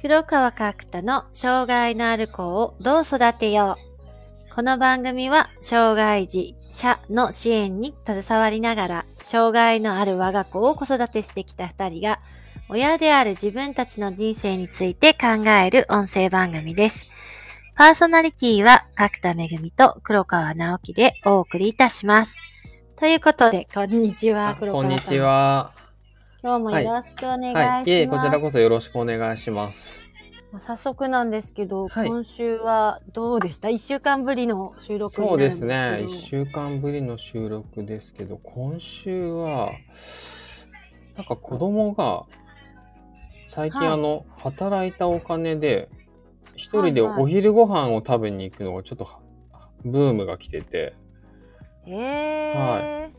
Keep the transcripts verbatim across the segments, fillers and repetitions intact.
黒川角田の障害のある子をどう育てよう。この番組は障害児者の支援に携わりながら障害のある我が子を子育てしてきた二人が親である自分たちの人生について考える音声番組です。パーソナリティは角田めぐみと黒川直樹でお送りいたします。ということで、こんにちは、黒川さん。 こんにちは。 今日もよろしくお願いします。 はいはい、いえ、こちらこそよろしくお願いします。 早速なんですけど、 はい、 今週はどうでした？いっしゅうかんぶりの収録になるんですけど。 そうですね。いっしゅうかんぶりの収録ですけど、今週は、なんか子供が、最近あの、はい、働いたお金で、一人でお昼ご飯を食べに行くのがちょっと、ブームが来てて。 へー。 はい。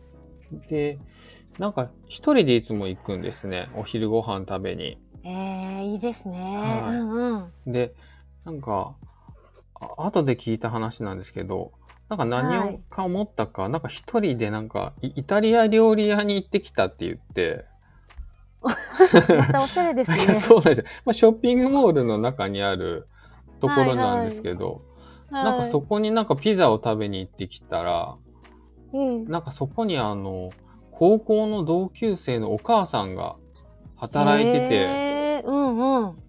で、なんか一人でいつも行くんですね。お昼ご飯食べに。 えー、いいですね。 はい、 うんうん。 で、なんか、あ後で聞いた話なんですけど、なんか何をか思ったか、はい、なんか一人でなんかイタリア料理屋に行ってきたって言って。 またおしゃれですね。 そうなんですよ。まあ、ショッピングモールの中にあるところなんですけど、はいはい、なんかそこになんかピザを食べに行ってきたら、うん、なんかそこにあの、高校の同級生のお母さんが働いてて、 うんうん、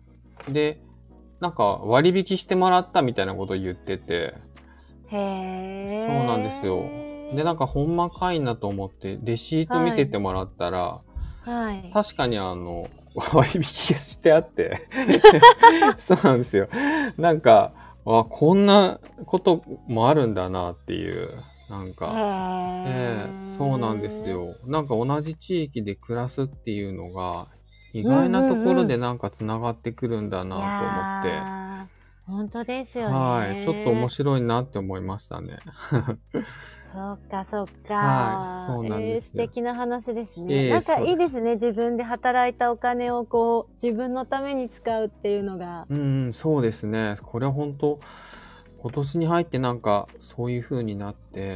で、なんか割引してもらったみたいなことを言ってて、 へー。 そうなんですよ。で、なんかほんまかいなと思ってレシート見せてもらったら、はい、確かにあの割引してあってそうなんですよ。なんかあこんなこともあるんだなっていうなんか、えー、そうなんですよ。なんか同じ地域で暮らすっていうのが意外なところでなんかつながってくるんだなと思って、 うんうんうん、本当ですよね。 はい、ちょっと面白いなって思いましたね。 そっかそっか。 はい、そうなんですよ。 えー、素敵な話ですね。えー、なんかいいですね。自分で働いたお金をこう自分のために使うっていうのが。 うん、そうですね。これは本当今年に入ってなんかそういう風になって、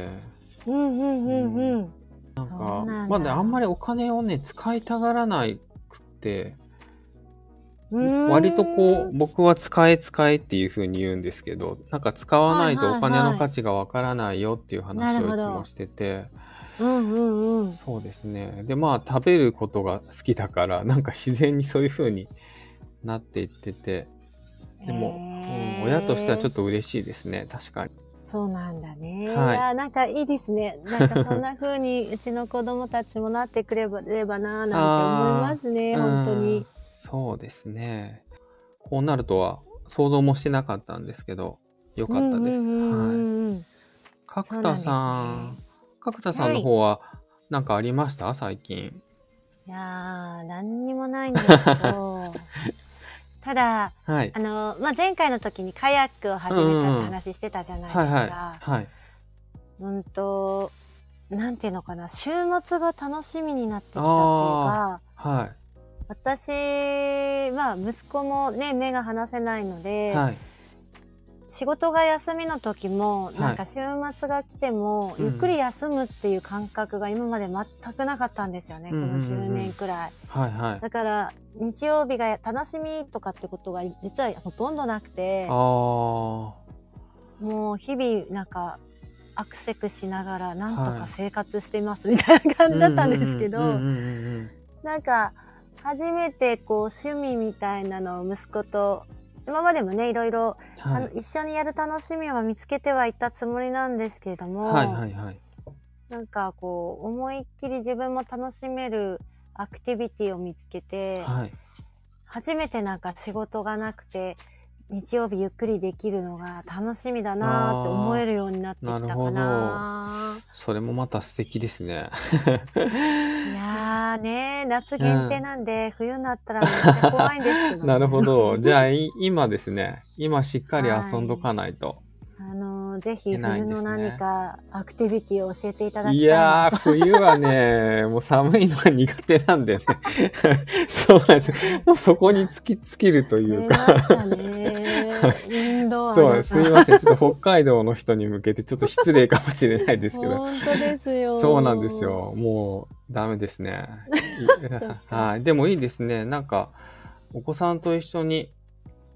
うんうんうんうん。 なんかなんまだあんまりお金をね使いたがらないくて。割とこう僕は使え使えっていう風に言うんですけど、なんか使わないとお金の価値がわからないよっていう話をいつもしてて、 うんうんうん、 そうですね。でまあ食べることが好きだからなんか自然にそういう風になっていってて、でも、うん、親としてはちょっと嬉しいですね、確かに。 そうなんだね。 はい、 いやなんかいいですね。なんかそんな風にうちの子供たちもなってくれればなーなんて思いますね、本当に。 そうですね。こうなるとは想像もしてなかったんですけど、よかったです。はい。角田さん、角田さんの方は何かありました？はい、最近。 いやー、何にもないんですけど、ただ、はい、あの、まあ、前回の時にカヤックを始めたって話してたじゃないですか。うんうん、はいはい。はい。うんと、なんていうのかな、週末が楽しみになってきたっていうか、はい。私は息子もね目が離せないので、はい、仕事が休みの時もなんか週末が来てもゆっくり休むっていう感覚が今まで全くなかったんですよね、うん、このじゅうねんくらい、はいはい、だから日曜日が楽しみとかってことが実はほとんどなくて、あもう日々なんかアクセクしながらなんとか生活してますみたいな感じだったんですけど、なんか初めてこう趣味みたいなのを息子と今までもねいろいろ、はい、一緒にやる楽しみは見つけてはいったつもりなんですけれども、はいはいはい、なんかこう思いっきり自分も楽しめるアクティビティを見つけて、はい、初めてなんか仕事がなくて日曜日ゆっくりできるのが楽しみだなって思えるようになってきたかな。なるほど。 それもまた素敵ですね。 いやーね、夏限定なんで、うん、冬になったらめっちゃ怖いんですけど、ね、 なるほど。じゃあ今ですね、今しっかり遊んどかないと。はい、 あのー、ぜひ冬の何かアクティビティを教えていただきたいなと。 いやー、冬はね、もう寒いのが苦手なんでね。そうなんです。もうそこに突き尽きるというか。 出ましたね。インドアそう、すいません。ちょっと北海道の人に向けてちょっと失礼かもしれないですけど。 本当ですよ。 そうなんですよ。もうダメですね。はい。でもいいですね。なんか、お子さんと一緒に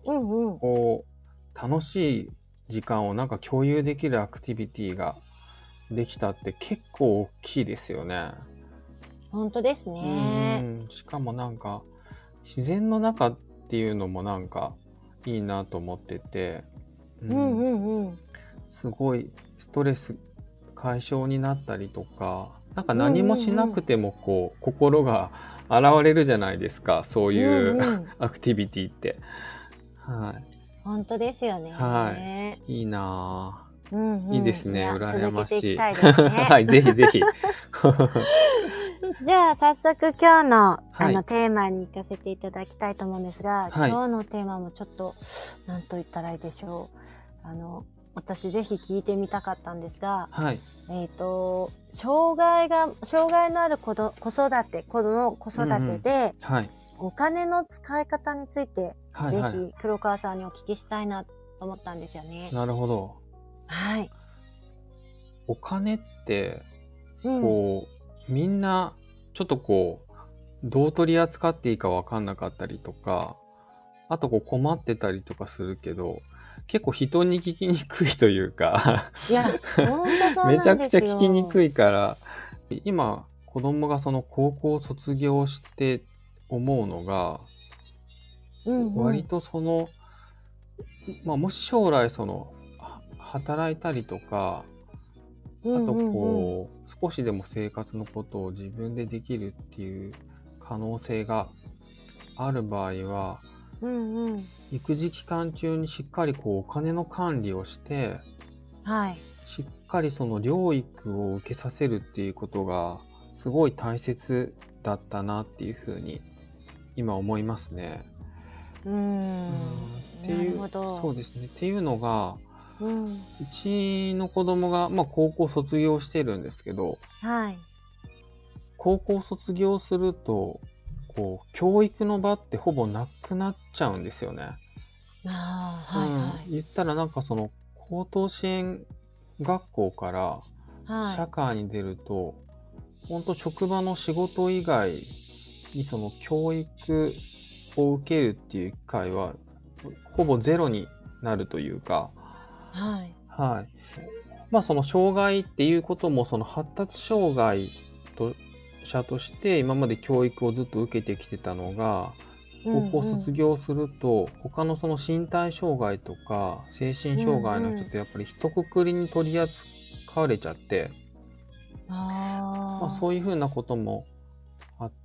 うんうん。 こう、楽しい時間をなんか共有できるアクティビティができたって結構大きいですよね。 本当ですね。 うん。しかもなんか、自然の中っていうのもなんかいいなと思ってて、 うんうんうん。 すごいストレス解消になったりとか、なんか何もしなくてもこう、心が現れるじゃないですか、そういう、うんうん、アクティビティって。はい。 本当ですよね。 はい。いいなぁ。うんうん、いいですね。羨ましい。 続けていきたいですね。 はい、ぜひぜひ。 じゃあ早速今日の、はい、あのテーマに行かせていただきたいと思うんですが、はい、今日のテーマもちょっと何と言ったらいいでしょう。あの私ぜひ聞いてみたかったんですが、はい、えっ、ー、と障害が障害のある子ど子育て子の子育てで、うんうん、はい、お金の使い方について、はいはい、ぜひ黒川さんにお聞きしたいなと思ったんですよね。 なるほど。 はい。 お金ってこう、うん、みんなちょっとこうどう取り扱っていいか分かんなかったりとか、あとこう困ってたりとかするけど、結構人に聞きにくいというかいや、本当そうなんですよ。 めちゃくちゃ聞きにくいから、今子供がその高校を卒業して思うのが、うんうん、割とその、まあもし将来その働いたりとか、あとこう、少しでも生活のことを自分でできるっていう可能性がある場合は、うんうん、育児期間中にしっかりこうお金の管理をして、はい、しっかりその療育を受けさせるっていうことがすごい大切だったなっていうふうに今思いますね。 うーん、 っていう、なるほど。そうですね。っていうのが、うん、うちの子供が、まあ、高校卒業してるんですけど、はい、高校卒業するとこう教育の場ってほぼなくなっちゃうんですよね。あ、はいはい、うん、言ったらなんかその高等支援学校から社会に出ると、はい、本当職場の仕事以外にその教育を受けるっていう機会はほぼゼロになるというか、はいはい、まあその障害っていうこともその発達障害と者として今まで教育をずっと受けてきてたのが、高校卒業すると、うんうん、他のその身体障害とか精神障害の人ってやっぱり一括りに取り扱われちゃって、うんうん、あまあ、そういうふうなこともあって、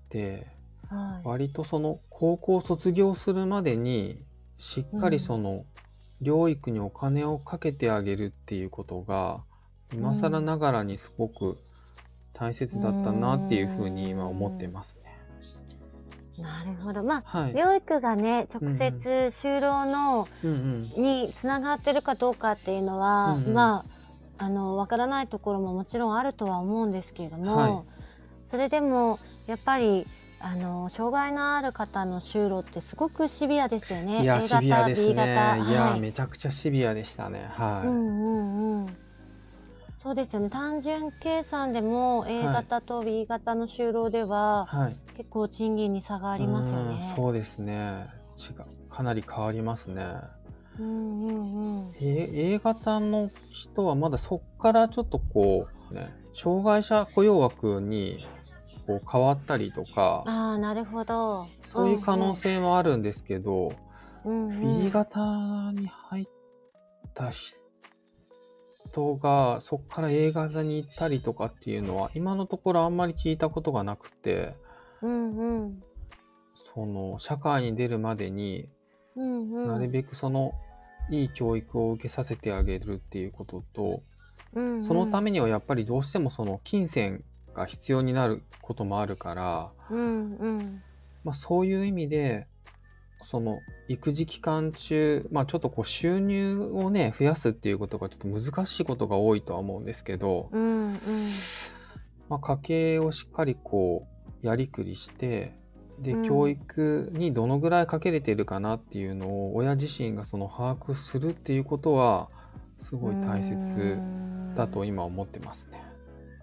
はい、割とその高校卒業するまでにしっかりその療育にお金をかけてあげるっていうことが今更ながらにすごく大切だったなっていうふうに今思ってますね。 なるほど。まあ、はい、療育がね直接就労の、うんうん、につながってるかどうかっていうのは、うんうん、まああのわからないところももちろんあるとは思うんですけれども、はい、それでもやっぱりあの障害のある方の就労ってすごくシビアですよね。 いや A 型、シビアですね。 ビー 型、 いや、はい、めちゃくちゃシビアでしたね。はい。うんうんうん。 そうですよね。単純計算でも A 型と B 型の就労では、はい、結構賃金に差がありますよね。 そうですね。違う、かなり変わりますね。うんうんうん、A, A 型の人はまだそっからちょっとこうね、障害者雇用枠にこう変わったりとか、 あー、なるほど。 そういう可能性もあるんですけど、うんうん、B 型に入った人人がそこから A 型に行ったりとかっていうのは今のところあんまり聞いたことがなくて、うんうん、その社会に出るまでに、うんうん、なるべくそのいい教育を受けさせてあげるっていうことと、うんうん、そのためにはやっぱりどうしてもその金銭が必要になることもあるから、うんうんまあ、そういう意味でその育児期間中、まあちょっとこう収入をね増やすっていうことがちょっと難しいことが多いとは思うんですけど、うんうんまあ、家計をしっかりこうやりくりしてで、うん、教育にどのぐらいかけれてるかなっていうのを親自身がその把握するっていうことはすごい大切だと今思ってますね。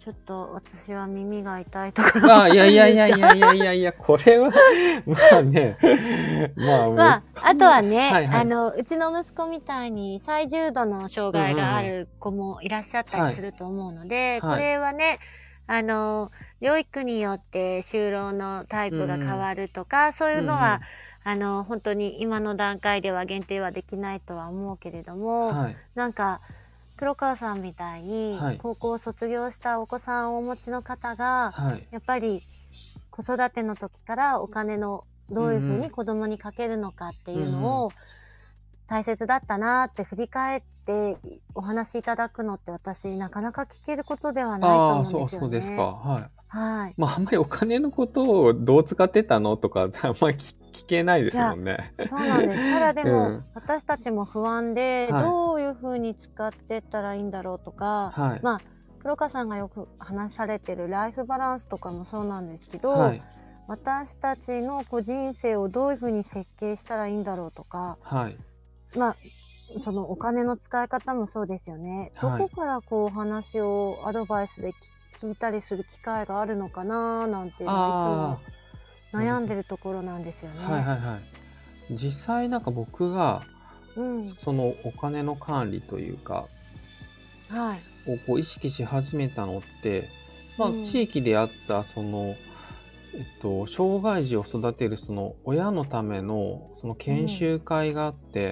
ちょっと私は耳が痛いところあ、いやいやいやいやいやいやいや、これは、まあね、まあ、 まあ、あとはね、はいはい、あの、うちの息子みたいに最重度の障害がある子もいらっしゃったりすると思うので、はい、これはね、あの、療育によって就労のタイプが変わるとか、うん、そういうのは、うんうん、あの、本当に今の段階では限定はできないとは思うけれども、はい、なんか、黒川さんみたいに高校を卒業したお子さんをお持ちの方が、はい、やっぱり子育ての時からお金のどういうふうに子供にかけるのかっていうのを大切だったなって振り返ってお話しいただくのって私なかなか聞けることではないと思うんですよね。ああ、そう、そうですか。はい。はい。 まああんまりお金のことをどう使ってたのとかあんまり聞けないですもんね。 そうなんです。ただでも、うん、私たちも不安で、はい、どういうふうに使ってったらいいんだろうとか、はい、まあ黒川さんがよく話されてるライフバランスとかもそうなんですけど、はい、私たちのこう人生をどういうふうに設計したらいいんだろうとか、はい、まあそのお金の使い方もそうですよね。はい、どこからこうお話をアドバイスで聞いたりする機会があるのかななんていうのはいつも悩んでるところなんですよね。 はいはいはい。実際なんか僕が、うん、そのお金の管理というか、はい、をこう意識し始めたのって、まあ、地域であったその、えっと、障害児を育てるその親のためのその研修会があって、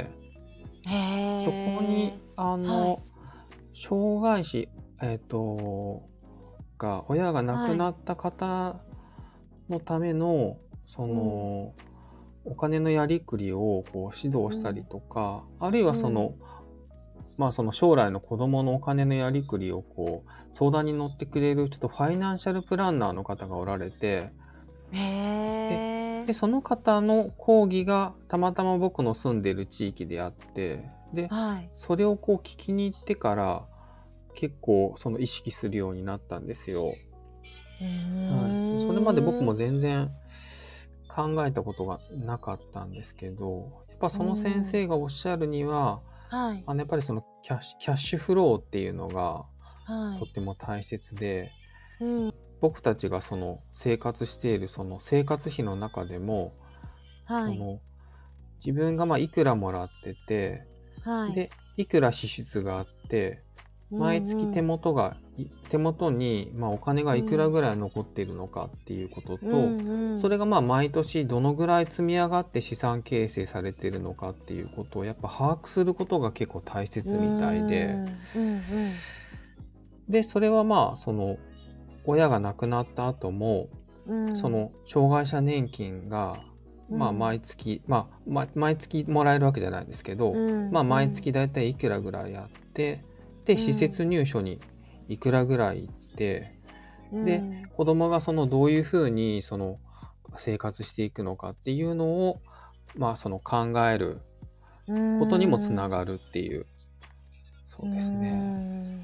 うん、へそこにあの、はい、障害児、えっと、が親が亡くなった方のための、はい、その、うん、お金のやりくりをこう指導したりとか、うん、あるいはその、うん、まあその将来の子供のお金のやりくりをこう相談に乗ってくれるちょっとファイナンシャルプランナーの方がおられて、へで、でその方の講義がたまたま僕の住んでる地域であって、で、はい、それをこう聞きに行ってから結構その意識するようになったんですよ。はい、それまで僕も全然考えたことがなかったんですけど、やっぱその先生がおっしゃるには、はい、あのやっぱりそのキャッシュ、キャッシュフローっていうのがとっても大切で、はい、うん、僕たちがその生活しているその生活費の中でも、はい、その自分がまあいくらもらってて、はい、でいくら支出があって、毎月手元が、うんうん、手元にまあお金がいくらぐらい残っているのかっていうことと、うんうん、それがまあ毎年どのぐらい積み上がって資産形成されているのかっていうことをやっぱ把握することが結構大切みたいで、うんうん、でそれはまあその親が亡くなった後も、うん、その障害者年金がまあ毎月、うん、まあ毎月もらえるわけじゃないんですけど、うん、まあ毎月だいたいいくらぐらいあって、で施設入所にいくらぐらい行って、うん、で子供がそのどういうふうにその生活していくのかっていうのをまあその考えることにもつながるっていう、うん、そうですね、うん、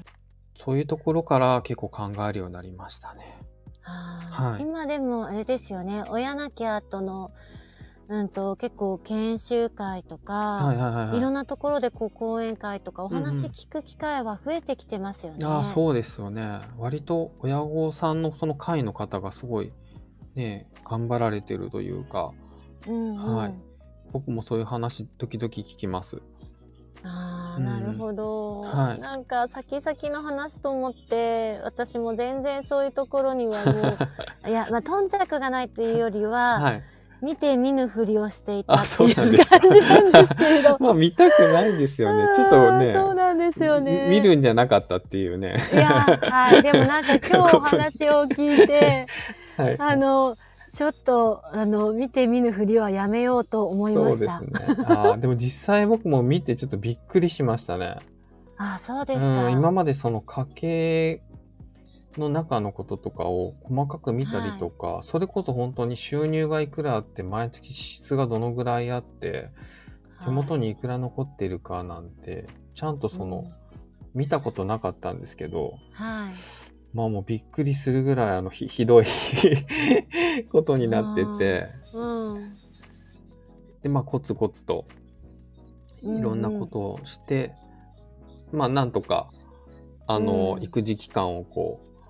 そういうところから結構考えるようになりましたね。 はい、今でもあれですよね、親亡き後のうんと結構研修会とか、はいはいはいはい、いろんなところでこう講演会とかお話聞く機会は増えてきてますよね。 うんうん、あ、そうですよね。割と親御さんのその会の方がすごいね頑張られてるというか、うんうん、はい、僕もそういう話時々聞きます。 ああ、なるほど、うん、はい、なんか先々の話と思って私も全然そういうところにはもういや、まあ、頓着がないというよりは、はい、見て見ぬふりをしていたっていう感じなんですけれど。 まあ見たくないんですよね。ちょっとね。 そうなんですよね。 見るんじゃなかったっていうね。 いや、はい。でもなんか今日お話を聞いて、はい、あの、ちょっと、あの、見て見ぬふりはやめようと思いました。 そうですね。あでも実際僕も見てちょっとびっくりしましたね。 あ、そうですか。 うん、今までその家計の中のこととかを細かく見たりとか、はい、それこそ本当に収入がいくらあって毎月支出がどのぐらいあって手元にいくら残っているかなんてちゃんとその、うん、見たことなかったんですけど、はい、まあもうびっくりするぐらいあの ひ, ひどいことになってて、うん、でまあコツコツといろんなことをして、うんうん、まあなんとかあの、うん、育児期間をこう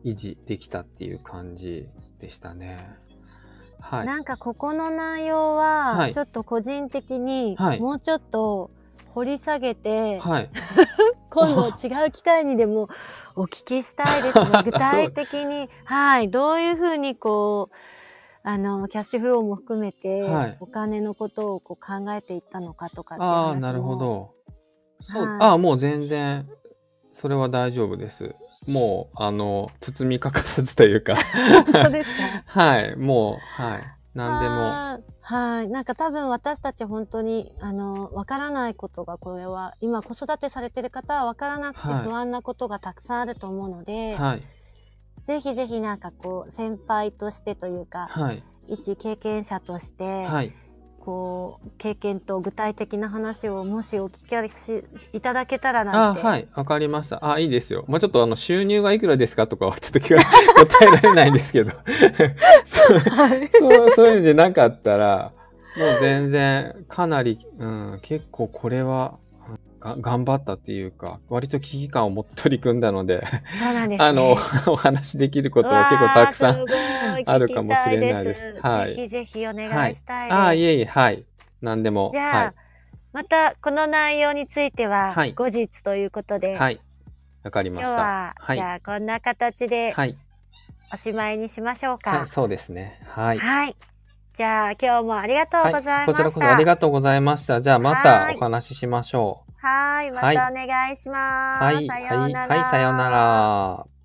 維持できたっていう感じでしたね。はい。 なんかここの内容は、ちょっと個人的に、もうちょっと掘り下げて、はい、今度違う機会にでもお聞きしたいですね。具体的に、はい、どういうふうにこう、あの、キャッシュフローも含めて、はい、お金のことをこう考えていったのかとかっていう話も。ああ、 なるほど。そう、はい、ああ、もう全然、それは大丈夫です。もう、あの、包み隠さずというか。 そうですか。 はい、もう、はい。何でも。 はい。なんか多分私たち本当に、あの、わからないことが、これは、今子育てされてる方はわからなくて不安なことがたくさんあると思うので、はい、ぜひぜひなんかこう、先輩としてというか、はい、一経験者として、はい、こう、経験と具体的な話をもしお聞かせいただけたらなって。 あ、はい。わかりました。あ、いいですよ。もうちょっとあの、収入がいくらですかとかはちょっと答えられないんですけど。そう、そう、そういうのでなかったら、もう全然、かなり、うん、結構これは、が頑張ったっていうか、割と危機感を持って取り組んだので、 そうなんですね。 あの、お話できることは結構たくさんあるかもしれないです。 はい。ぜひぜひお願いしたいです。 はい、ああ、いえいえ、はい。何でも。 じゃあ、はい、またこの内容については、後日ということで。 はい。わかりました。今日は、はい、じゃあこんな形で、はい。おしまいにしましょうか。 はい、そうですね。はい。 はい。じゃあ今日もありがとうございました。はい、 こちらこそありがとうございました。じゃあまたお話ししましょう。 はい、またお願いします。 はい、 さようなら。 はい、はい、さようなら。